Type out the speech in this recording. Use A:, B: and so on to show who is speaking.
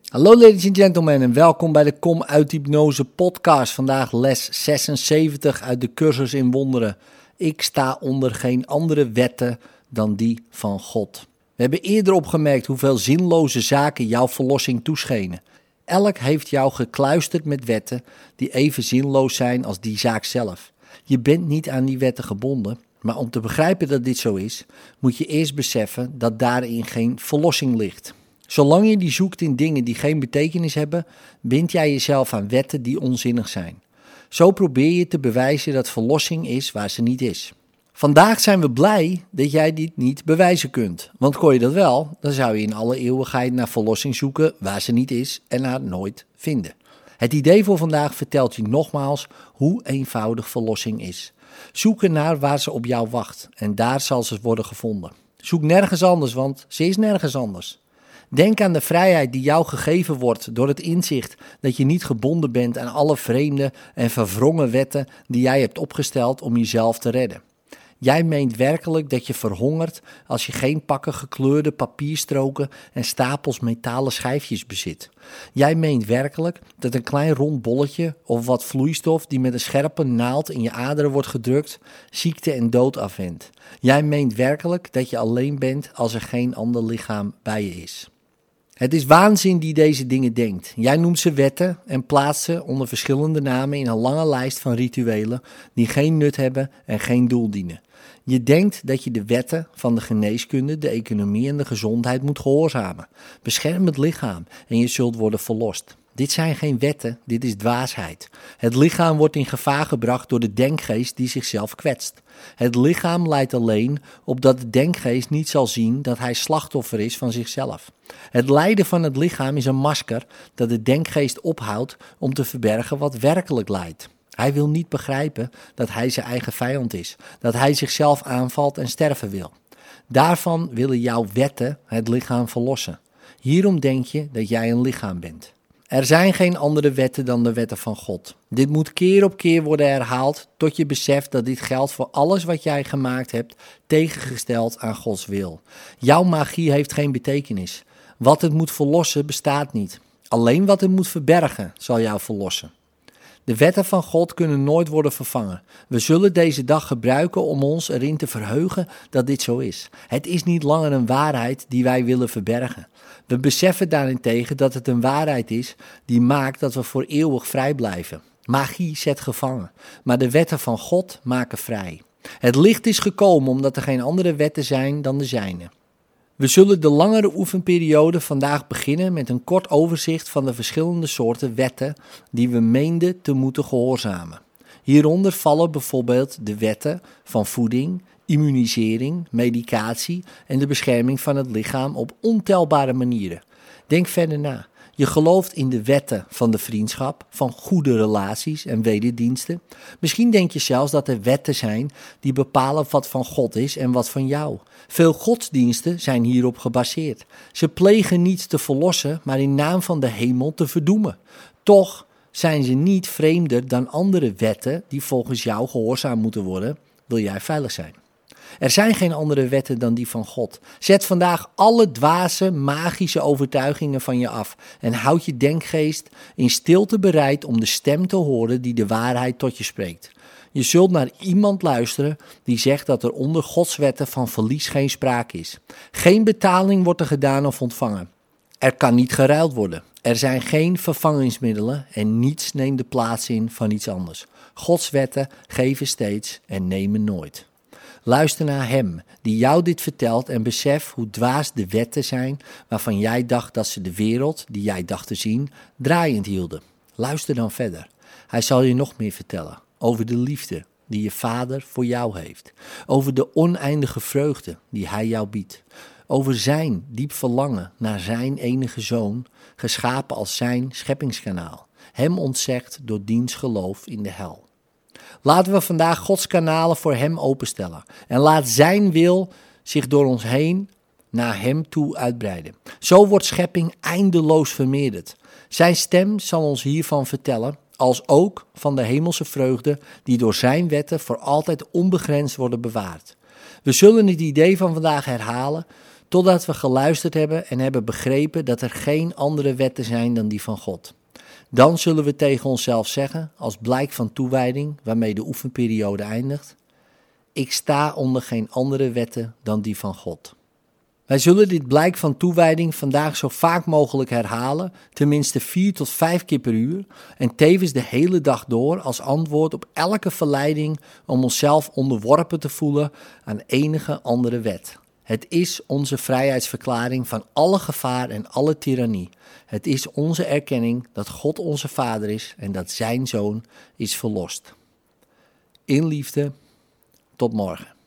A: Hallo ladies and gentlemen en welkom bij de Kom uit Hypnose podcast. Vandaag les 76 uit de cursus in wonderen. Ik sta onder geen andere wetten dan die van God. We hebben eerder opgemerkt hoeveel zinloze zaken jouw verlossing toeschenen. Elk heeft jou gekluisterd met wetten die even zinloos zijn als die zaak zelf. Je bent niet aan die wetten gebonden, maar om te begrijpen dat dit zo is, moet je eerst beseffen dat daarin geen verlossing ligt. Zolang je die zoekt in dingen die geen betekenis hebben, bind jij jezelf aan wetten die onzinnig zijn. Zo probeer je te bewijzen dat verlossing is waar ze niet is. Vandaag zijn we blij dat jij dit niet bewijzen kunt. Want kon je dat wel, dan zou je in alle eeuwigheid naar verlossing zoeken waar ze niet is en haar nooit vinden. Het idee voor vandaag vertelt je nogmaals hoe eenvoudig verlossing is. Zoek ernaar waar ze op jou wacht en daar zal ze worden gevonden. Zoek nergens anders, want ze is nergens anders. Denk aan de vrijheid die jou gegeven wordt door het inzicht dat je niet gebonden bent aan alle vreemde en verwrongen wetten die jij hebt opgesteld om jezelf te redden. Jij meent werkelijk dat je verhongert als je geen pakken gekleurde papierstroken en stapels metalen schijfjes bezit. Jij meent werkelijk dat een klein rond bolletje of wat vloeistof die met een scherpe naald in je aderen wordt gedrukt, ziekte en dood afwendt. Jij meent werkelijk dat je alleen bent als er geen ander lichaam bij je is. Het is waanzin die deze dingen denkt. Jij noemt ze wetten en plaatst ze onder verschillende namen in een lange lijst van rituelen die geen nut hebben en geen doel dienen. Je denkt dat je de wetten van de geneeskunde, de economie en de gezondheid moet gehoorzamen. Bescherm het lichaam en je zult worden verlost. Dit zijn geen wetten, dit is dwaasheid. Het lichaam wordt in gevaar gebracht door de denkgeest die zichzelf kwetst. Het lichaam lijdt alleen opdat de denkgeest niet zal zien dat hij slachtoffer is van zichzelf. Het lijden van het lichaam is een masker dat de denkgeest ophoudt om te verbergen wat werkelijk lijdt. Hij wil niet begrijpen dat hij zijn eigen vijand is, dat hij zichzelf aanvalt en sterven wil. Daarvan willen jouw wetten het lichaam verlossen. Hierom denk je dat jij een lichaam bent. Er zijn geen andere wetten dan de wetten van God. Dit moet keer op keer worden herhaald tot je beseft dat dit geldt voor alles wat jij gemaakt hebt tegengesteld aan Gods wil. Jouw magie heeft geen betekenis. Wat het moet verlossen bestaat niet. Alleen wat het moet verbergen zal jou verlossen. De wetten van God kunnen nooit worden vervangen. We zullen deze dag gebruiken om ons erin te verheugen dat dit zo is. Het is niet langer een waarheid die wij willen verbergen. We beseffen daarentegen dat het een waarheid is die maakt dat we voor eeuwig vrij blijven. Magie zet gevangen, maar de wetten van God maken vrij. Het licht is gekomen omdat er geen andere wetten zijn dan de zijne. We zullen de langere oefenperiode vandaag beginnen met een kort overzicht van de verschillende soorten wetten die we meenden te moeten gehoorzamen. Hieronder vallen bijvoorbeeld de wetten van voeding, immunisering, medicatie en de bescherming van het lichaam op ontelbare manieren. Denk verder na. Je gelooft in de wetten van de vriendschap, van goede relaties en wederdiensten. Misschien denk je zelfs dat er wetten zijn die bepalen wat van God is en wat van jou. Veel godsdiensten zijn hierop gebaseerd. Ze plegen niet te verlossen, maar in naam van de hemel te verdoemen. Toch zijn ze niet vreemder dan andere wetten die volgens jou gehoorzaam moeten worden, wil jij veilig zijn. Er zijn geen andere wetten dan die van God. Zet vandaag alle dwaze, magische overtuigingen van je af en houd je denkgeest in stilte bereid om de stem te horen die de waarheid tot je spreekt. Je zult naar iemand luisteren die zegt dat er onder Gods wetten van verlies geen sprake is. Geen betaling wordt er gedaan of ontvangen. Er kan niet geruild worden. Er zijn geen vervangingsmiddelen en niets neemt de plaats in van iets anders. Gods wetten geven steeds en nemen nooit. Luister naar hem die jou dit vertelt en besef hoe dwaas de wetten zijn waarvan jij dacht dat ze de wereld, die jij dacht te zien, draaiend hielden. Luister dan verder. Hij zal je nog meer vertellen over de liefde die je vader voor jou heeft. Over de oneindige vreugde die hij jou biedt. Over zijn diep verlangen naar zijn enige zoon, geschapen als zijn scheppingskanaal. Hem ontzegd door diens geloof in de hel. Laten we vandaag Gods kanalen voor hem openstellen. En laat zijn wil zich door ons heen naar hem toe uitbreiden. Zo wordt schepping eindeloos vermeerderd. Zijn stem zal ons hiervan vertellen, als ook van de hemelse vreugde die door zijn wetten voor altijd onbegrensd worden bewaard. We zullen het idee van vandaag herhalen Totdat we geluisterd hebben en hebben begrepen dat er geen andere wetten zijn dan die van God. Dan zullen we tegen onszelf zeggen, als blijk van toewijding waarmee de oefenperiode eindigt: ik sta onder geen andere wetten dan die van God. Wij zullen dit blijk van toewijding vandaag zo vaak mogelijk herhalen, tenminste 4 tot 5 keer per uur, en tevens de hele dag door als antwoord op elke verleiding om onszelf onderworpen te voelen aan enige andere wet. Het is onze vrijheidsverklaring van alle gevaar en alle tirannie. Het is onze erkenning dat God onze Vader is en dat zijn Zoon is verlost. In liefde, tot morgen.